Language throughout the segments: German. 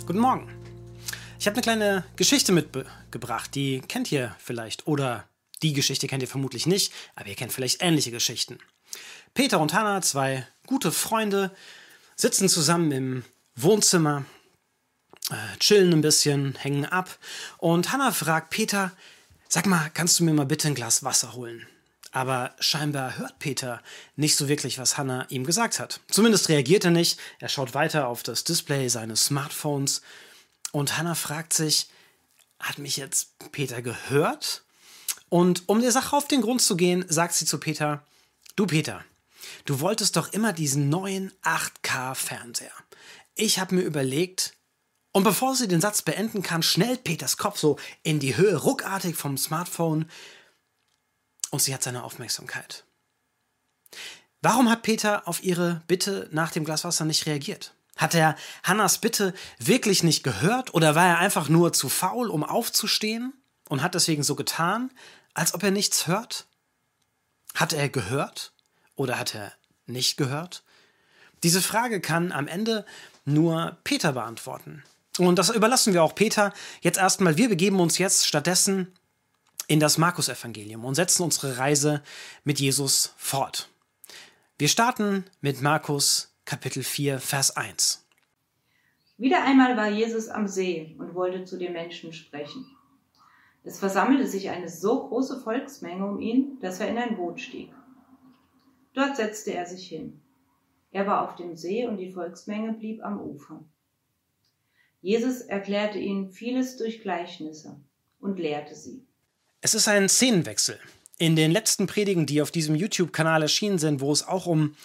Guten Morgen. Ich habe eine kleine Geschichte mitgebracht, die kennt ihr vielleicht. Oder die Geschichte kennt ihr vermutlich nicht, aber ihr kennt vielleicht ähnliche Geschichten. Peter und Hannah, zwei gute Freunde, sitzen zusammen im Wohnzimmer, chillen ein bisschen, hängen ab. Und Hannah fragt Peter, sag mal, kannst du mir mal bitte ein Glas Wasser holen? Aber scheinbar hört Peter nicht so wirklich, was Hannah ihm gesagt hat. Zumindest reagiert er nicht. Er schaut weiter auf das Display seines Smartphones. Und Hannah fragt sich, hat mich jetzt Peter gehört? Und um der Sache auf den Grund zu gehen, sagt sie zu Peter, du Peter, du wolltest doch immer diesen neuen 8K-Fernseher. Ich habe mir überlegt, und bevor sie den Satz beenden kann, schnellt Peters Kopf so in die Höhe, ruckartig vom Smartphone, und sie hat seine Aufmerksamkeit. Warum hat Peter auf ihre Bitte nach dem Glas Wasser nicht reagiert? Hat er Hannahs Bitte wirklich nicht gehört oder war er einfach nur zu faul, um aufzustehen und hat deswegen so getan, als ob er nichts hört? Hat er gehört oder hat er nicht gehört? Diese Frage kann am Ende nur Peter beantworten. Und das überlassen wir auch Peter jetzt erstmal. Wir begeben uns jetzt stattdessen in das Markus-Evangelium und setzen unsere Reise mit Jesus fort. Wir starten mit Markus Kapitel 4, Vers 1. Wieder einmal war Jesus am See und wollte zu den Menschen sprechen. Es versammelte sich eine so große Volksmenge um ihn, dass er in ein Boot stieg. Dort setzte er sich hin. Er war auf dem See und die Volksmenge blieb am Ufer. Jesus erklärte ihnen vieles durch Gleichnisse und lehrte sie. Es ist ein Szenenwechsel. In den letzten Predigen, die auf diesem YouTube-Kanal erschienen sind, wo es auch um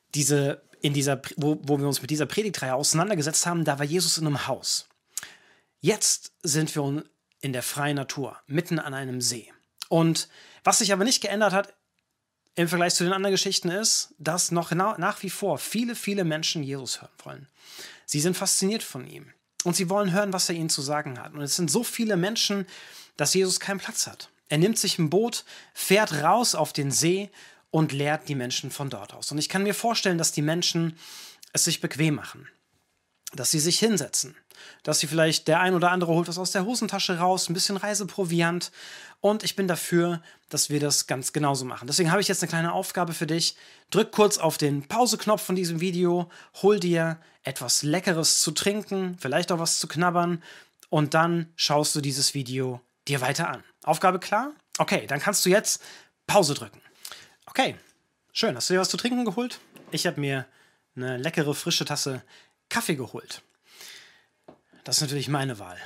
wo wir uns mit dieser Predigtreihe auseinandergesetzt haben, da war Jesus in einem Haus. Jetzt sind wir in der freien Natur, mitten an einem See. Und was sich aber nicht geändert hat im Vergleich zu den anderen Geschichten ist, dass noch nach wie vor viele, viele Menschen Jesus hören wollen. Sie sind fasziniert von ihm und sie wollen hören, was er ihnen zu sagen hat. Und es sind so viele Menschen, dass Jesus keinen Platz hat. Er nimmt sich ein Boot, fährt raus auf den See und lehrt die Menschen von dort aus. Und ich kann mir vorstellen, dass die Menschen es sich bequem machen, dass sie sich hinsetzen, dass sie vielleicht der ein oder andere holt was aus der Hosentasche raus, ein bisschen Reiseproviant. Und ich bin dafür, dass wir das ganz genauso machen. Deswegen habe ich jetzt eine kleine Aufgabe für dich. Drück kurz auf den Pause-Knopf von diesem Video, hol dir etwas Leckeres zu trinken, vielleicht auch was zu knabbern und dann schaust du dieses Video dir weiter an. Aufgabe klar? Okay, dann kannst du jetzt Pause drücken. Okay, schön. Hast du dir was zu trinken geholt? Ich habe mir eine leckere, frische Tasse Kaffee geholt. Das ist natürlich meine Wahl.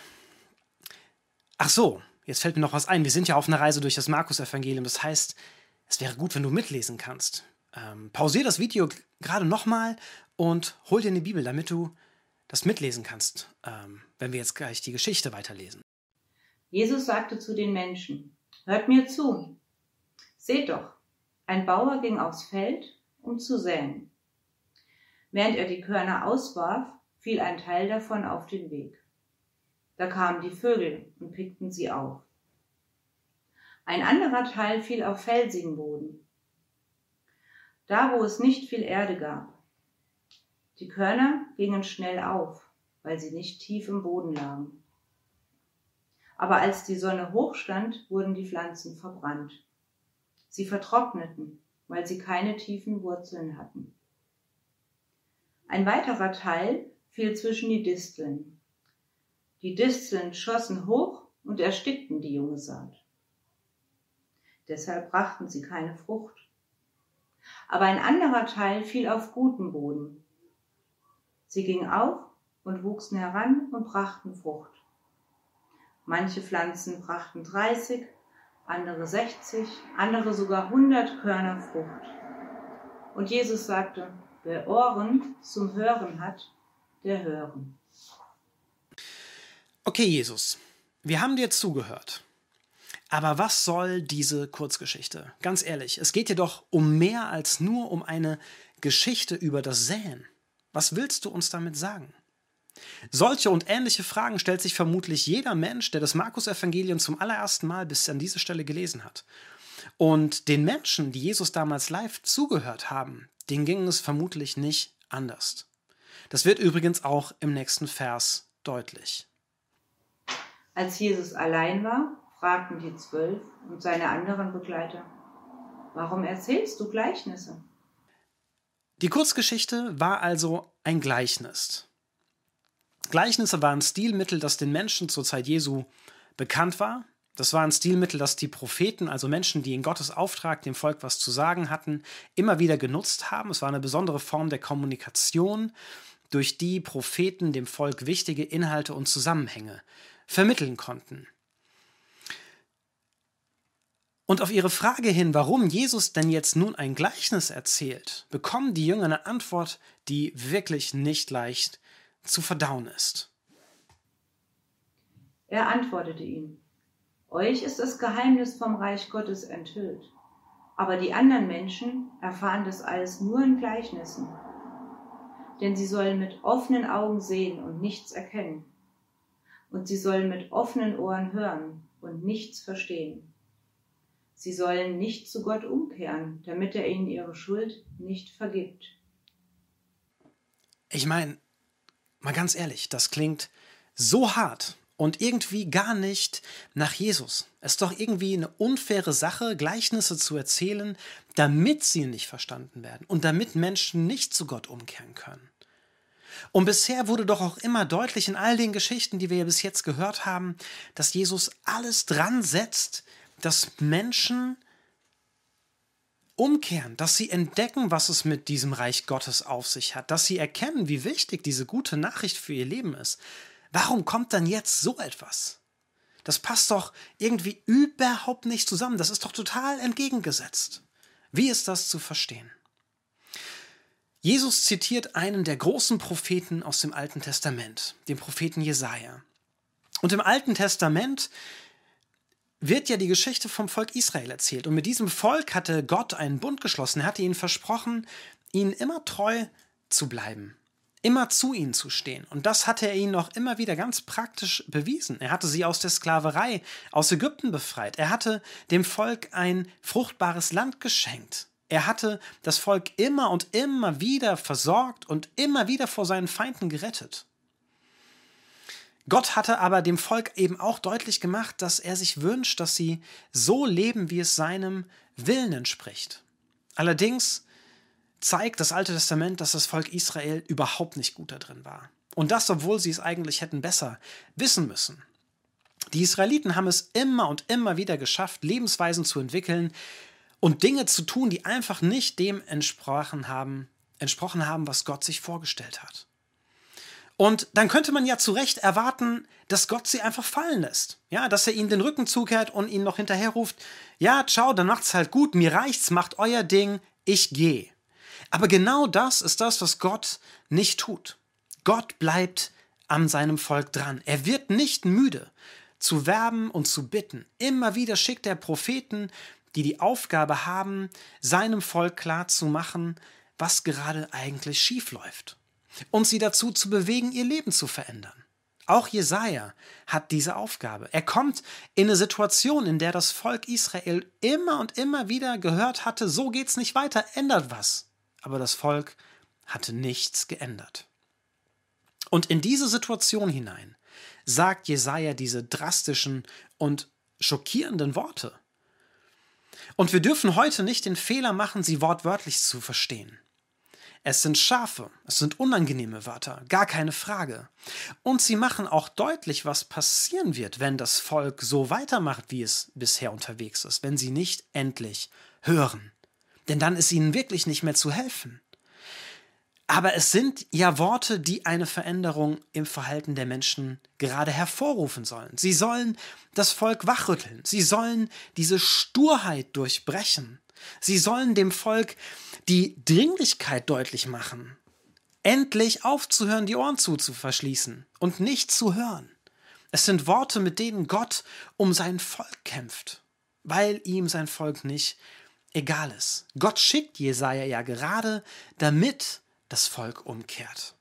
Ach so, jetzt fällt mir noch was ein. Wir sind ja auf einer Reise durch das Markus-Evangelium. Das heißt, es wäre gut, wenn du mitlesen kannst. Pausier das Video gerade nochmal und hol dir eine Bibel, damit du das mitlesen kannst, wenn wir jetzt gleich die Geschichte weiterlesen. Jesus sagte zu den Menschen, hört mir zu. Seht doch, ein Bauer ging aufs Feld, um zu säen. Während er die Körner auswarf, fiel ein Teil davon auf den Weg. Da kamen die Vögel und pickten sie auf. Ein anderer Teil fiel auf felsigen Boden, da wo es nicht viel Erde gab. Die Körner gingen schnell auf, weil sie nicht tief im Boden lagen. Aber als die Sonne hoch stand, wurden die Pflanzen verbrannt. Sie vertrockneten, weil sie keine tiefen Wurzeln hatten. Ein weiterer Teil fiel zwischen die Disteln. Die Disteln schossen hoch und erstickten die junge Saat. Deshalb brachten sie keine Frucht. Aber ein anderer Teil fiel auf guten Boden. Sie gingen auf und wuchsen heran und brachten Frucht. Manche Pflanzen brachten 30, andere 60, andere sogar 100 Körner Frucht. Und Jesus sagte, wer Ohren zum Hören hat, der höre. Okay, Jesus, wir haben dir zugehört. Aber was soll diese Kurzgeschichte? Ganz ehrlich, es geht dir doch um mehr als nur um eine Geschichte über das Säen. Was willst du uns damit sagen? Solche und ähnliche Fragen stellt sich vermutlich jeder Mensch, der das Markus-Evangelium zum allerersten Mal bis an diese Stelle gelesen hat. Und den Menschen, die Jesus damals live zugehört haben, denen ging es vermutlich nicht anders. Das wird übrigens auch im nächsten Vers deutlich. Als Jesus allein war, fragten die 12 und seine anderen Begleiter: Warum erzählst du Gleichnisse? Die Kurzgeschichte war also ein Gleichnis. Gleichnisse waren ein Stilmittel, das den Menschen zur Zeit Jesu bekannt war. Das war ein Stilmittel, das die Propheten, also Menschen, die in Gottes Auftrag dem Volk was zu sagen hatten, immer wieder genutzt haben. Es war eine besondere Form der Kommunikation, durch die Propheten dem Volk wichtige Inhalte und Zusammenhänge vermitteln konnten. Und auf ihre Frage hin, warum Jesus denn jetzt nun ein Gleichnis erzählt, bekommen die Jünger eine Antwort, die wirklich nicht leicht zu verdauen ist. Er antwortete ihnen: Euch ist das Geheimnis vom Reich Gottes enthüllt, aber die anderen Menschen erfahren das alles nur in Gleichnissen. Denn sie sollen mit offenen Augen sehen und nichts erkennen. Und sie sollen mit offenen Ohren hören und nichts verstehen. Sie sollen nicht zu Gott umkehren, damit er ihnen ihre Schuld nicht vergibt. Ich meine, mal ganz ehrlich, das klingt so hart und irgendwie gar nicht nach Jesus. Es ist doch irgendwie eine unfaire Sache, Gleichnisse zu erzählen, damit sie nicht verstanden werden und damit Menschen nicht zu Gott umkehren können. Und bisher wurde doch auch immer deutlich in all den Geschichten, die wir ja bis jetzt gehört haben, dass Jesus alles dran setzt, dass Menschen umkehren, dass sie entdecken, was es mit diesem Reich Gottes auf sich hat, dass sie erkennen, wie wichtig diese gute Nachricht für ihr Leben ist. Warum kommt dann jetzt so etwas? Das passt doch irgendwie überhaupt nicht zusammen. Das ist doch total entgegengesetzt. Wie ist das zu verstehen? Jesus zitiert einen der großen Propheten aus dem Alten Testament, den Propheten Jesaja. Und im Alten Testament wird ja die Geschichte vom Volk Israel erzählt. Und mit diesem Volk hatte Gott einen Bund geschlossen. Er hatte ihnen versprochen, ihnen immer treu zu bleiben, immer zu ihnen zu stehen. Und das hatte er ihnen auch immer wieder ganz praktisch bewiesen. Er hatte sie aus der Sklaverei, aus Ägypten befreit. Er hatte dem Volk ein fruchtbares Land geschenkt. Er hatte das Volk immer und immer wieder versorgt und immer wieder vor seinen Feinden gerettet. Gott hatte aber dem Volk eben auch deutlich gemacht, dass er sich wünscht, dass sie so leben, wie es seinem Willen entspricht. Allerdings zeigt das Alte Testament, dass das Volk Israel überhaupt nicht gut da drin war. Und das, obwohl sie es eigentlich hätten besser wissen müssen. Die Israeliten haben es immer und immer wieder geschafft, Lebensweisen zu entwickeln und Dinge zu tun, die einfach nicht dem entsprochen haben, was Gott sich vorgestellt hat. Und dann könnte man ja zu Recht erwarten, dass Gott sie einfach fallen lässt. Ja, dass er ihnen den Rücken zukehrt und ihnen noch hinterher ruft: Ja, ciao, dann macht's halt gut, mir reicht's, macht euer Ding, ich gehe. Aber genau das ist das, was Gott nicht tut. Gott bleibt an seinem Volk dran. Er wird nicht müde, zu werben und zu bitten. Immer wieder schickt er Propheten, die die Aufgabe haben, seinem Volk klarzumachen, was gerade eigentlich schief läuft. Und sie dazu zu bewegen, ihr Leben zu verändern. Auch Jesaja hat diese Aufgabe. Er kommt in eine Situation, in der das Volk Israel immer und immer wieder gehört hatte: So geht's nicht weiter, ändert was. Aber das Volk hatte nichts geändert. Und in diese Situation hinein sagt Jesaja diese drastischen und schockierenden Worte. Und wir dürfen heute nicht den Fehler machen, sie wortwörtlich zu verstehen. Es sind scharfe, es sind unangenehme Wörter, gar keine Frage. Und sie machen auch deutlich, was passieren wird, wenn das Volk so weitermacht, wie es bisher unterwegs ist, wenn sie nicht endlich hören. Denn dann ist ihnen wirklich nicht mehr zu helfen. Aber es sind ja Worte, die eine Veränderung im Verhalten der Menschen gerade hervorrufen sollen. Sie sollen das Volk wachrütteln. Sie sollen diese Sturheit durchbrechen. Sie sollen dem Volk die Dringlichkeit deutlich machen, endlich aufzuhören, die Ohren verschließen und nicht zu hören. Es sind Worte, mit denen Gott um sein Volk kämpft, weil ihm sein Volk nicht egal ist. Gott schickt Jesaja ja gerade, damit das Volk umkehrt.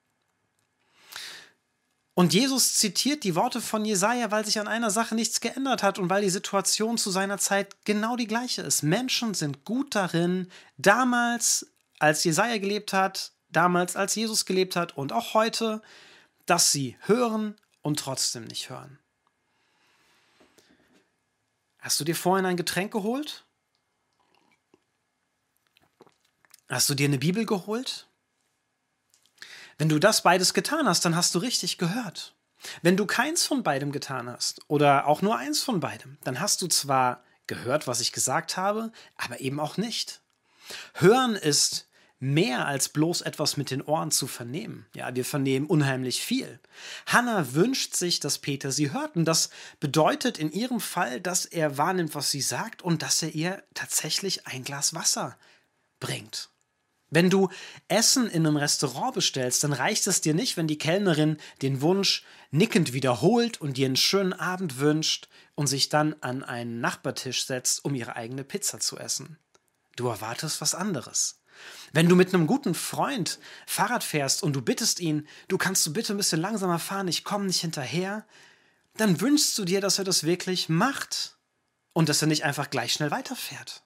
Und Jesus zitiert die Worte von Jesaja, weil sich an einer Sache nichts geändert hat und weil die Situation zu seiner Zeit genau die gleiche ist. Menschen sind gut darin, damals, als Jesaja gelebt hat, damals, als Jesus gelebt hat und auch heute, dass sie hören und trotzdem nicht hören. Hast du dir vorhin ein Getränk geholt? Hast du dir eine Bibel geholt? Wenn du das beides getan hast, dann hast du richtig gehört. Wenn du keins von beidem getan hast oder auch nur eins von beidem, dann hast du zwar gehört, was ich gesagt habe, aber eben auch nicht. Hören ist mehr als bloß etwas mit den Ohren zu vernehmen. Ja, wir vernehmen unheimlich viel. Hannah wünscht sich, dass Peter sie hört. Und das bedeutet in ihrem Fall, dass er wahrnimmt, was sie sagt und dass er ihr tatsächlich ein Glas Wasser bringt. Wenn du Essen in einem Restaurant bestellst, dann reicht es dir nicht, wenn die Kellnerin den Wunsch nickend wiederholt und dir einen schönen Abend wünscht und sich dann an einen Nachbartisch setzt, um ihre eigene Pizza zu essen. Du erwartest was anderes. Wenn du mit einem guten Freund Fahrrad fährst und du bittest ihn, du kannst du bitte ein bisschen langsamer fahren, ich komme nicht hinterher, dann wünschst du dir, dass er das wirklich macht und dass er nicht einfach gleich schnell weiterfährt.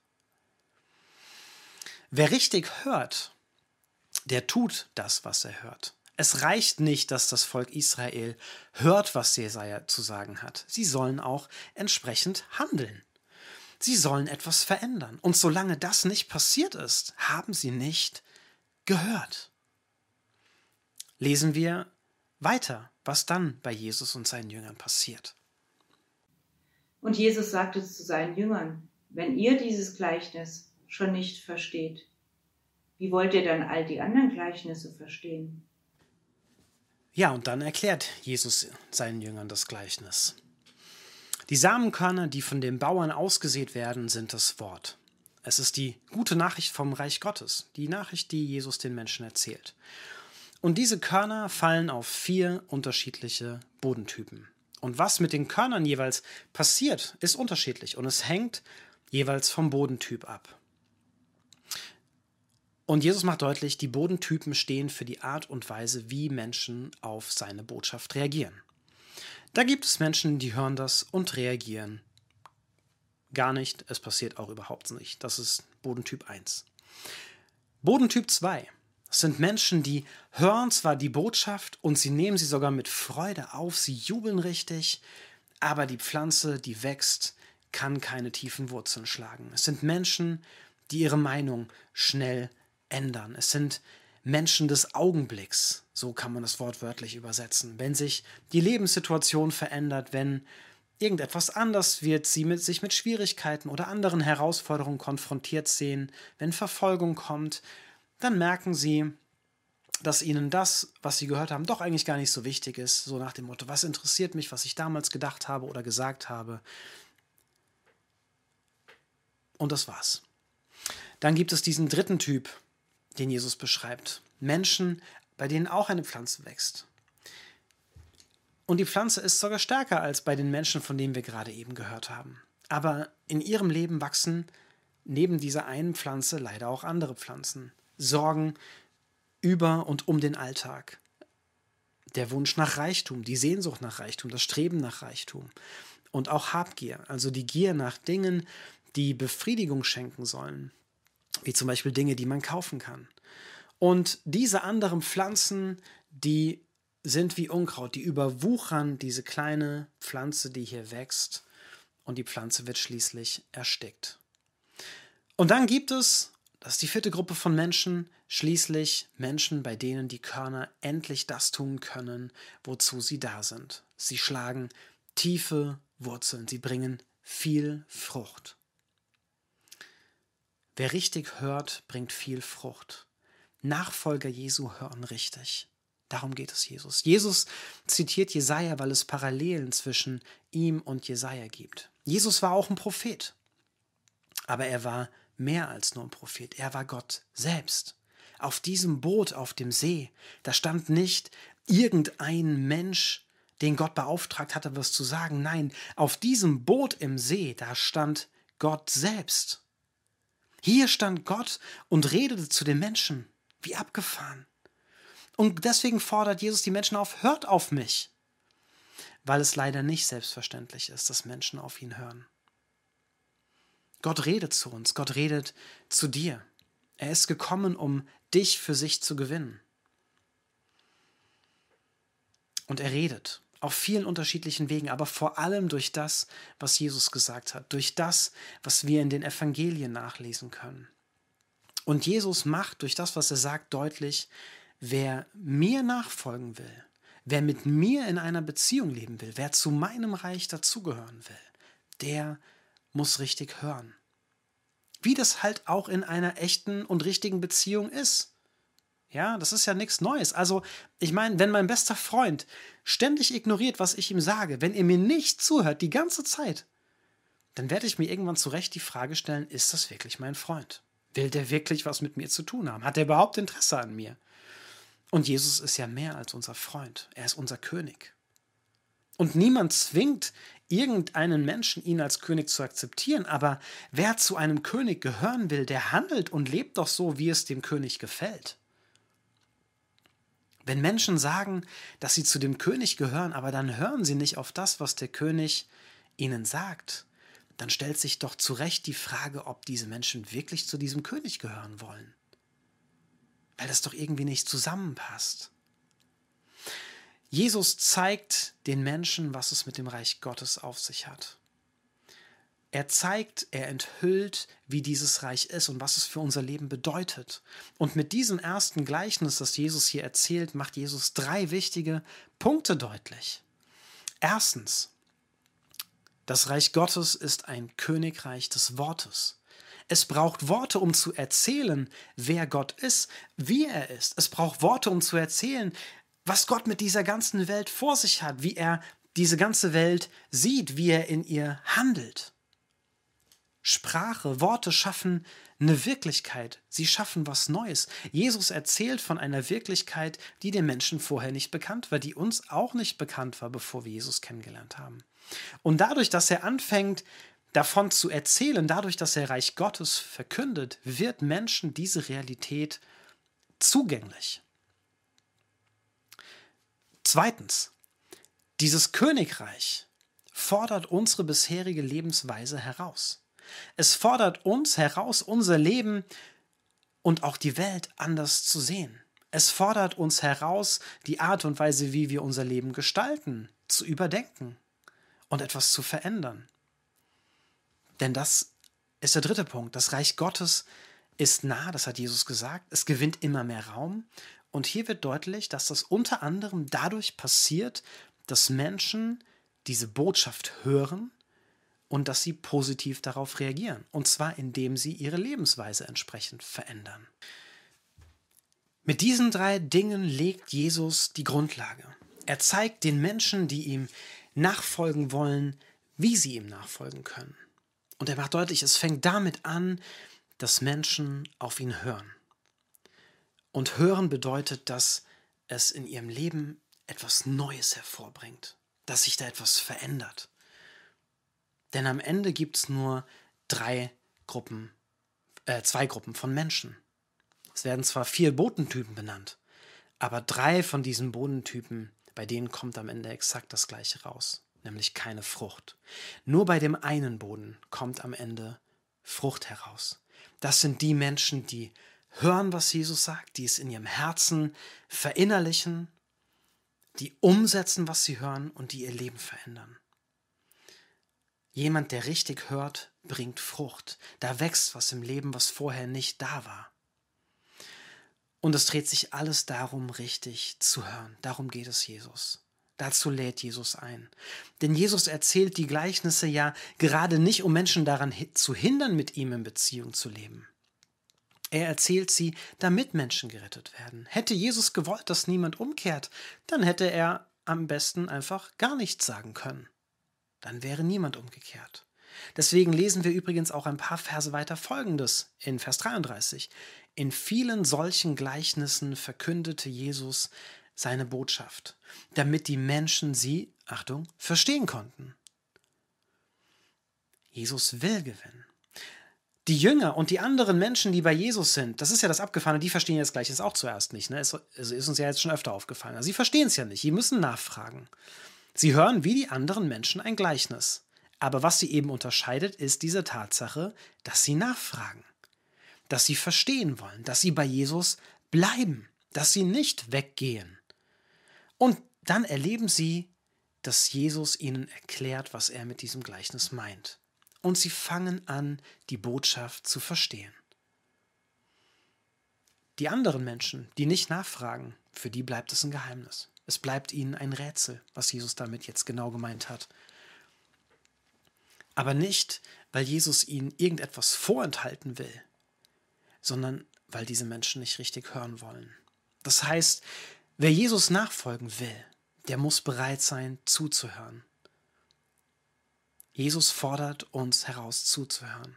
Wer richtig hört, der tut das, was er hört. Es reicht nicht, dass das Volk Israel hört, was Jesaja zu sagen hat. Sie sollen auch entsprechend handeln. Sie sollen etwas verändern. Und solange das nicht passiert ist, haben sie nicht gehört. Lesen wir weiter, was dann bei Jesus und seinen Jüngern passiert. Und Jesus sagte zu seinen Jüngern: Wenn ihr dieses Gleichnis schon nicht versteht, wie wollt ihr dann all die anderen Gleichnisse verstehen? Ja, und dann erklärt Jesus seinen Jüngern das Gleichnis. Die Samenkörner, die von den Bauern ausgesät werden, sind das Wort. Es ist die gute Nachricht vom Reich Gottes, die Nachricht, die Jesus den Menschen erzählt. Und diese Körner fallen auf 4 unterschiedliche Bodentypen. Und was mit den Körnern jeweils passiert, ist unterschiedlich und es hängt jeweils vom Bodentyp ab. Und Jesus macht deutlich, die Bodentypen stehen für die Art und Weise, wie Menschen auf seine Botschaft reagieren. Da gibt es Menschen, die hören das und reagieren gar nicht. Es passiert auch überhaupt nicht. Das ist Bodentyp 1. Bodentyp 2. Das sind Menschen, die hören zwar die Botschaft und sie nehmen sie sogar mit Freude auf, sie jubeln richtig, aber die Pflanze, die wächst, kann keine tiefen Wurzeln schlagen. Es sind Menschen, die ihre Meinung schnell ändern. Es sind Menschen des Augenblicks, so kann man das wortwörtlich übersetzen. Wenn sich die Lebenssituation verändert, wenn irgendetwas anders wird, sie sich mit Schwierigkeiten oder anderen Herausforderungen konfrontiert sehen, wenn Verfolgung kommt, dann merken sie, dass ihnen das, was sie gehört haben, doch eigentlich gar nicht so wichtig ist. So nach dem Motto, was interessiert mich, was ich damals gedacht habe oder gesagt habe. Und das war's. Dann gibt es diesen dritten Typ, den Jesus beschreibt. Menschen, bei denen auch eine Pflanze wächst. Und die Pflanze ist sogar stärker als bei den Menschen, von denen wir gerade eben gehört haben. Aber in ihrem Leben wachsen neben dieser einen Pflanze leider auch andere Pflanzen. Sorgen über und um den Alltag. Der Wunsch nach Reichtum, die Sehnsucht nach Reichtum, das Streben nach Reichtum. Und auch Habgier, also die Gier nach Dingen, die Befriedigung schenken sollen. Wie zum Beispiel Dinge, die man kaufen kann. Und diese anderen Pflanzen, die sind wie Unkraut, die überwuchern diese kleine Pflanze, die hier wächst. Und die Pflanze wird schließlich erstickt. Und dann gibt es, das ist die 4. Gruppe von Menschen, schließlich Menschen, bei denen die Körner endlich das tun können, wozu sie da sind. Sie schlagen tiefe Wurzeln, sie bringen viel Frucht. Wer richtig hört, bringt viel Frucht. Nachfolger Jesu hören richtig. Darum geht es Jesus. Jesus zitiert Jesaja, weil es Parallelen zwischen ihm und Jesaja gibt. Jesus war auch ein Prophet. Aber er war mehr als nur ein Prophet. Er war Gott selbst. Auf diesem Boot auf dem See, da stand nicht irgendein Mensch, den Gott beauftragt hatte, was zu sagen. Nein, auf diesem Boot im See, da stand Gott selbst. Hier stand Gott und redete zu den Menschen. Wie abgefahren. Und deswegen fordert Jesus die Menschen auf, hört auf mich. Weil es leider nicht selbstverständlich ist, dass Menschen auf ihn hören. Gott redet zu uns, Gott redet zu dir. Er ist gekommen, um dich für sich zu gewinnen. Und er redet auf vielen unterschiedlichen Wegen, aber vor allem durch das, was Jesus gesagt hat, durch das, was wir in den Evangelien nachlesen können. Und Jesus macht durch das, was er sagt, deutlich, wer mir nachfolgen will, wer mit mir in einer Beziehung leben will, wer zu meinem Reich dazugehören will, der muss richtig hören. Wie das halt auch in einer echten und richtigen Beziehung ist. Ja, das ist ja nichts Neues. Also, ich meine, wenn mein bester Freund ständig ignoriert, was ich ihm sage, wenn er mir nicht zuhört die ganze Zeit, dann werde ich mir irgendwann zu Recht die Frage stellen, ist das wirklich mein Freund? Will der wirklich was mit mir zu tun haben? Hat er überhaupt Interesse an mir? Und Jesus ist ja mehr als unser Freund. Er ist unser König. Und niemand zwingt irgendeinen Menschen, ihn als König zu akzeptieren. Aber wer zu einem König gehören will, der handelt und lebt doch so, wie es dem König gefällt. Wenn Menschen sagen, dass sie zu dem König gehören, aber dann hören sie nicht auf das, was der König ihnen sagt, dann stellt sich doch zu Recht die Frage, ob diese Menschen wirklich zu diesem König gehören wollen. Weil das doch irgendwie nicht zusammenpasst. Jesus zeigt den Menschen, was es mit dem Reich Gottes auf sich hat. Er zeigt, er enthüllt, wie dieses Reich ist und was es für unser Leben bedeutet. Und mit diesem ersten Gleichnis, das Jesus hier erzählt, macht Jesus 3 wichtige Punkte deutlich. Erstens, das Reich Gottes ist ein Königreich des Wortes. Es braucht Worte, um zu erzählen, wer Gott ist, wie er ist. Es braucht Worte, um zu erzählen, was Gott mit dieser ganzen Welt vor sich hat, wie er diese ganze Welt sieht, wie er in ihr handelt. Sprache, Worte schaffen eine Wirklichkeit. Sie schaffen was Neues. Jesus erzählt von einer Wirklichkeit, die den Menschen vorher nicht bekannt war, die uns auch nicht bekannt war, bevor wir Jesus kennengelernt haben. Und dadurch, dass er anfängt, davon zu erzählen, dadurch, dass er Reich Gottes verkündet, wird Menschen diese Realität zugänglich. Zweitens, dieses Königreich fordert unsere bisherige Lebensweise heraus. Es fordert uns heraus, unser Leben und auch die Welt anders zu sehen. Es fordert uns heraus, die Art und Weise, wie wir unser Leben gestalten, zu überdenken und etwas zu verändern. Denn das ist der 3. Punkt. Das Reich Gottes ist nah, das hat Jesus gesagt. Es gewinnt immer mehr Raum. Und hier wird deutlich, dass das unter anderem dadurch passiert, dass Menschen diese Botschaft hören und dass sie positiv darauf reagieren. Und zwar, indem sie ihre Lebensweise entsprechend verändern. Mit diesen 3 Dingen legt Jesus die Grundlage. Er zeigt den Menschen, die ihm nachfolgen wollen, wie sie ihm nachfolgen können. Und er macht deutlich, es fängt damit an, dass Menschen auf ihn hören. Und hören bedeutet, dass es in ihrem Leben etwas Neues hervorbringt, dass sich da etwas verändert. Denn am Ende gibt es nur 2 Gruppen von Menschen. Es werden zwar 4 Bodentypen benannt, aber 3 von diesen Bodentypen, bei denen kommt am Ende exakt das Gleiche raus, nämlich keine Frucht. Nur bei dem einen Boden kommt am Ende Frucht heraus. Das sind die Menschen, die hören, was Jesus sagt, die es in ihrem Herzen verinnerlichen, die umsetzen, was sie hören und die ihr Leben verändern. Jemand, der richtig hört, bringt Frucht. Da wächst was im Leben, was vorher nicht da war. Und es dreht sich alles darum, richtig zu hören. Darum geht es Jesus. Dazu lädt Jesus ein. Denn Jesus erzählt die Gleichnisse ja gerade nicht, um Menschen daran zu hindern, mit ihm in Beziehung zu leben. Er erzählt sie, damit Menschen gerettet werden. Hätte Jesus gewollt, dass niemand umkehrt, dann hätte er am besten einfach gar nichts sagen können. Dann wäre niemand umgekehrt. Deswegen lesen wir übrigens auch ein paar Verse weiter Folgendes in Vers 33. In vielen solchen Gleichnissen verkündete Jesus seine Botschaft, damit die Menschen sie, Achtung, verstehen konnten. Jesus will gewinnen. Die Jünger und die anderen Menschen, die bei Jesus sind, das ist ja das Abgefahrene, die verstehen das Gleiche auch zuerst nicht. Ne? Es ist uns ja jetzt schon öfter aufgefallen. Also sie verstehen es ja nicht, sie müssen nachfragen. Sie hören wie die anderen Menschen ein Gleichnis. Aber was sie eben unterscheidet, ist diese Tatsache, dass sie nachfragen, dass sie verstehen wollen, dass sie bei Jesus bleiben, dass sie nicht weggehen. Und dann erleben sie, dass Jesus ihnen erklärt, was er mit diesem Gleichnis meint. Und sie fangen an, die Botschaft zu verstehen. Die anderen Menschen, die nicht nachfragen, für die bleibt es ein Geheimnis. Es bleibt ihnen ein Rätsel, was Jesus damit jetzt genau gemeint hat. Aber nicht, weil Jesus ihnen irgendetwas vorenthalten will, sondern weil diese Menschen nicht richtig hören wollen. Das heißt, wer Jesus nachfolgen will, der muss bereit sein, zuzuhören. Jesus fordert uns heraus, zuzuhören.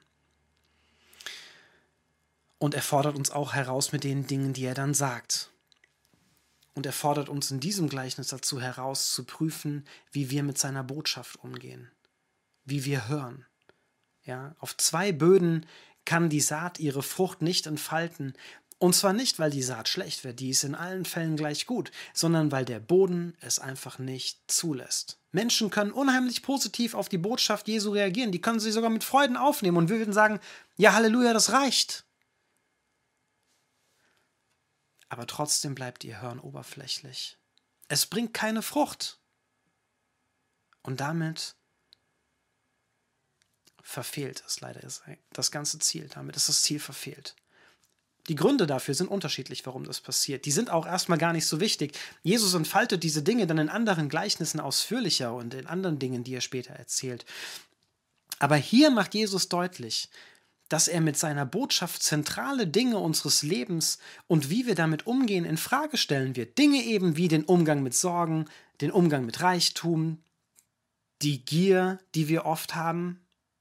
Und er fordert uns auch heraus mit den Dingen, die er dann sagt. Und er fordert uns in diesem Gleichnis dazu heraus, zu prüfen, wie wir mit seiner Botschaft umgehen, wie wir hören. Ja, auf 2 Böden kann die Saat ihre Frucht nicht entfalten. Und zwar nicht, weil die Saat schlecht wird, die ist in allen Fällen gleich gut, sondern weil der Boden es einfach nicht zulässt. Menschen können unheimlich positiv auf die Botschaft Jesu reagieren, die können sie sogar mit Freuden aufnehmen und wir würden sagen, ja Halleluja, das reicht. Aber trotzdem bleibt ihr Hören oberflächlich. Es bringt keine Frucht. Und damit verfehlt es leider das ganze Ziel. Damit ist das Ziel verfehlt. Die Gründe dafür sind unterschiedlich, warum das passiert. Die sind auch erstmal gar nicht so wichtig. Jesus entfaltet diese Dinge dann in anderen Gleichnissen ausführlicher und in anderen Dingen, die er später erzählt. Aber hier macht Jesus deutlich, dass er mit seiner Botschaft zentrale Dinge unseres Lebens und wie wir damit umgehen in Frage stellen wird. Dinge eben wie den Umgang mit Sorgen, den Umgang mit Reichtum, die Gier, die wir oft haben.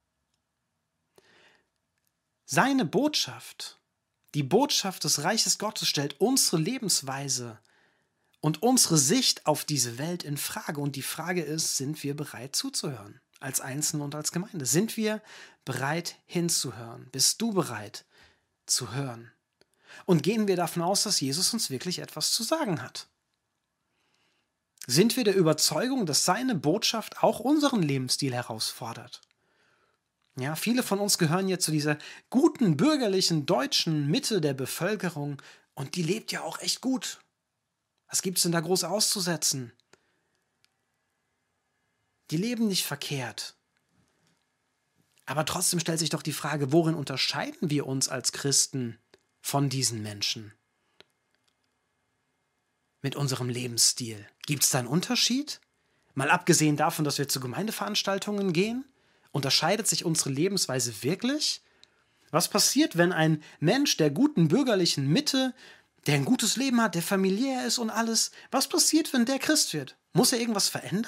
Seine Botschaft, die Botschaft des Reiches Gottes, stellt unsere Lebensweise und unsere Sicht auf diese Welt in Frage. Und die Frage ist, sind wir bereit zuzuhören? Als Einzelne und als Gemeinde. Sind wir bereit hinzuhören? Bist du bereit zu hören? Und gehen wir davon aus, dass Jesus uns wirklich etwas zu sagen hat? Sind wir der Überzeugung, dass seine Botschaft auch unseren Lebensstil herausfordert? Ja, viele von uns gehören ja zu dieser guten bürgerlichen deutschen Mitte der Bevölkerung und die lebt ja auch echt gut. Was gibt's denn da groß auszusetzen? Die leben nicht verkehrt. Aber trotzdem stellt sich doch die Frage, worin unterscheiden wir uns als Christen von diesen Menschen? Mit unserem Lebensstil. Gibt es da einen Unterschied? Mal abgesehen davon, dass wir zu Gemeindeveranstaltungen gehen? Unterscheidet sich unsere Lebensweise wirklich? Was passiert, wenn ein Mensch der guten bürgerlichen Mitte, der ein gutes Leben hat, der familiär ist und alles, was passiert, wenn der Christ wird? Muss er irgendwas verändern?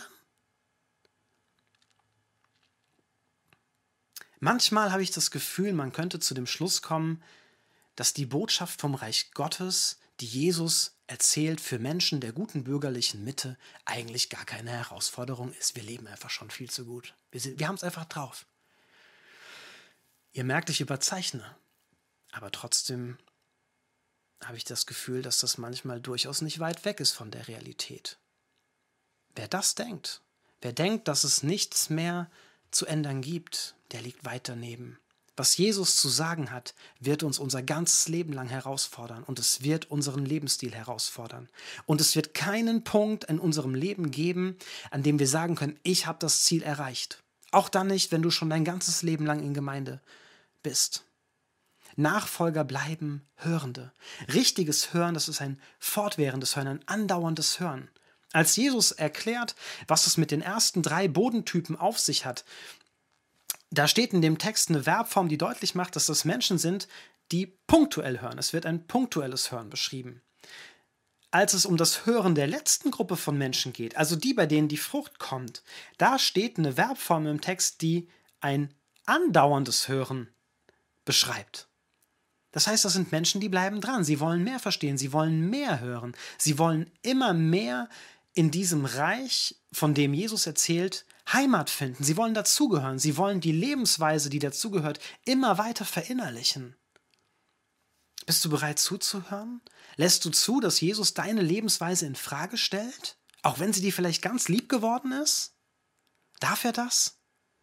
Manchmal habe ich das Gefühl, man könnte zu dem Schluss kommen, dass die Botschaft vom Reich Gottes, die Jesus erzählt, für Menschen der guten bürgerlichen Mitte eigentlich gar keine Herausforderung ist. Wir leben einfach schon viel zu gut. Wir haben es einfach drauf. Ihr merkt, ich überzeichne. Aber trotzdem habe ich das Gefühl, dass das manchmal durchaus nicht weit weg ist von der Realität. Wer das denkt, wer denkt, dass es nichts mehr zu ändern gibt, der liegt weit daneben. Was Jesus zu sagen hat, wird uns unser ganzes Leben lang herausfordern und es wird unseren Lebensstil herausfordern. Und es wird keinen Punkt in unserem Leben geben, an dem wir sagen können, ich habe das Ziel erreicht. Auch dann nicht, wenn du schon dein ganzes Leben lang in Gemeinde bist. Nachfolger bleiben Hörende. Richtiges Hören, das ist ein fortwährendes Hören, ein andauerndes Hören. Als Jesus erklärt, was es mit den ersten 3 Bodentypen auf sich hat, da steht in dem Text eine Verbform, die deutlich macht, dass das Menschen sind, die punktuell hören. Es wird ein punktuelles Hören beschrieben. Als es um das Hören der letzten Gruppe von Menschen geht, also die, bei denen die Frucht kommt, da steht eine Verbform im Text, die ein andauerndes Hören beschreibt. Das heißt, das sind Menschen, die bleiben dran. Sie wollen mehr verstehen, sie wollen mehr hören. Sie wollen immer mehr in diesem Reich, von dem Jesus erzählt, Heimat finden. Sie wollen dazugehören. Sie wollen die Lebensweise, die dazugehört, immer weiter verinnerlichen. Bist du bereit zuzuhören? Lässt du zu, dass Jesus deine Lebensweise in Frage stellt? Auch wenn sie dir vielleicht ganz lieb geworden ist? Darf er das?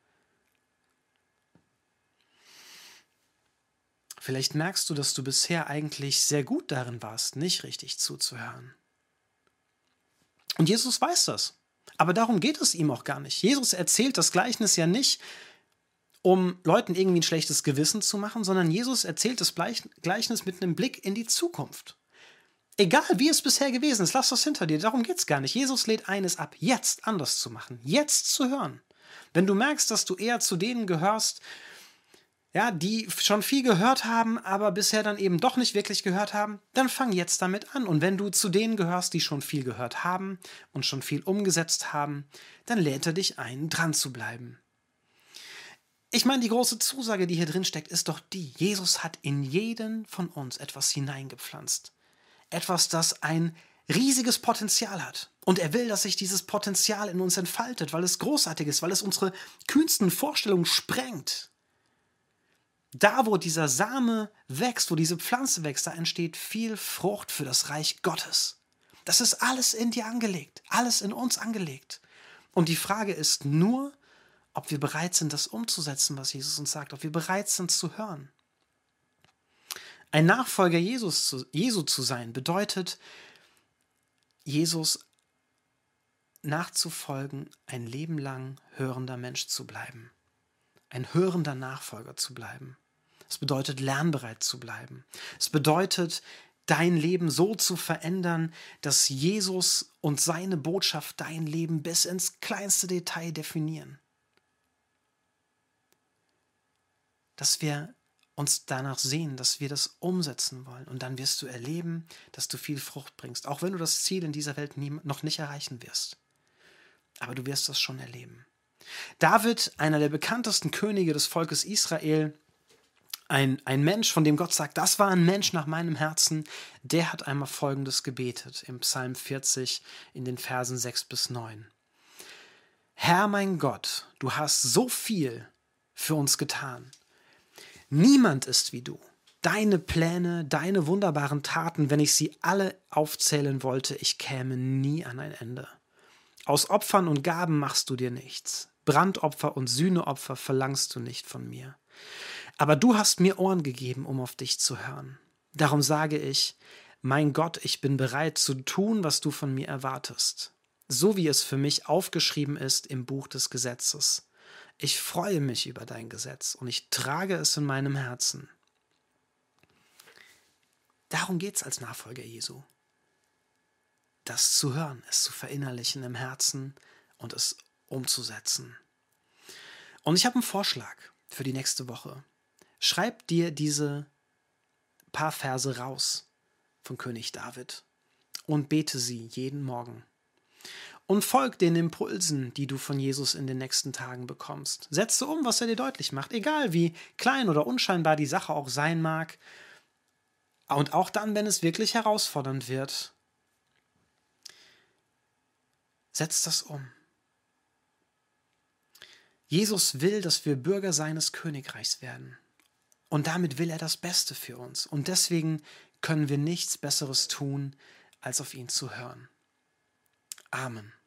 Vielleicht merkst du, dass du bisher eigentlich sehr gut darin warst, nicht richtig zuzuhören. Und Jesus weiß das. Aber darum geht es ihm auch gar nicht. Jesus erzählt das Gleichnis ja nicht, um Leuten irgendwie ein schlechtes Gewissen zu machen, sondern Jesus erzählt das Gleichnis mit einem Blick in die Zukunft. Egal, wie es bisher gewesen ist, lass das hinter dir. Darum geht es gar nicht. Jesus lädt eines ab, jetzt anders zu machen, jetzt zu hören. Wenn du merkst, dass du eher zu denen gehörst, ja, die schon viel gehört haben, aber bisher dann eben doch nicht wirklich gehört haben, dann fang jetzt damit an. Und wenn du zu denen gehörst, die schon viel gehört haben und schon viel umgesetzt haben, dann lädt er dich ein, dran zu bleiben. Ich meine, die große Zusage, die hier drin steckt, ist doch die: Jesus hat in jeden von uns etwas hineingepflanzt. Etwas, das ein riesiges Potenzial hat. Und er will, dass sich dieses Potenzial in uns entfaltet, weil es großartig ist, weil es unsere kühnsten Vorstellungen sprengt. Da, wo dieser Same wächst, wo diese Pflanze wächst, da entsteht viel Frucht für das Reich Gottes. Das ist alles in dir angelegt, alles in uns angelegt. Und die Frage ist nur, ob wir bereit sind, das umzusetzen, was Jesus uns sagt, ob wir bereit sind zu hören. Ein Nachfolger Jesu zu sein, bedeutet, Jesus nachzufolgen, ein Leben lang hörender Mensch zu bleiben, ein hörender Nachfolger zu bleiben. Es bedeutet, lernbereit zu bleiben. Es bedeutet, dein Leben so zu verändern, dass Jesus und seine Botschaft dein Leben bis ins kleinste Detail definieren. Dass wir uns danach sehen, dass wir das umsetzen wollen. Und dann wirst du erleben, dass du viel Frucht bringst. Auch wenn du das Ziel in dieser Welt noch nicht erreichen wirst. Aber du wirst das schon erleben. David, einer der bekanntesten Könige des Volkes Israel, ein Mensch, von dem Gott sagt, das war ein Mensch nach meinem Herzen, der hat einmal Folgendes gebetet im Psalm 40 in den Versen 6 bis 9. Herr mein Gott, du hast so viel für uns getan. Niemand ist wie du. Deine Pläne, deine wunderbaren Taten, wenn ich sie alle aufzählen wollte, ich käme nie an ein Ende. Aus Opfern und Gaben machst du dir nichts. Brandopfer und Sühneopfer verlangst du nicht von mir. Aber du hast mir Ohren gegeben, um auf dich zu hören. Darum sage ich, mein Gott, ich bin bereit zu tun, was du von mir erwartest. So wie es für mich aufgeschrieben ist im Buch des Gesetzes. Ich freue mich über dein Gesetz und ich trage es in meinem Herzen. Darum geht es als Nachfolger Jesu. Das zu hören, es zu verinnerlichen im Herzen und es umzusetzen. Und ich habe einen Vorschlag für die nächste Woche. Schreib dir diese paar Verse raus von König David und bete sie jeden Morgen. Und folg den Impulsen, die du von Jesus in den nächsten Tagen bekommst. Setze um, was er dir deutlich macht, egal wie klein oder unscheinbar die Sache auch sein mag. Und auch dann, wenn es wirklich herausfordernd wird, setz das um. Jesus will, dass wir Bürger seines Königreichs werden. Und damit will er das Beste für uns. Und deswegen können wir nichts Besseres tun, als auf ihn zu hören. Amen.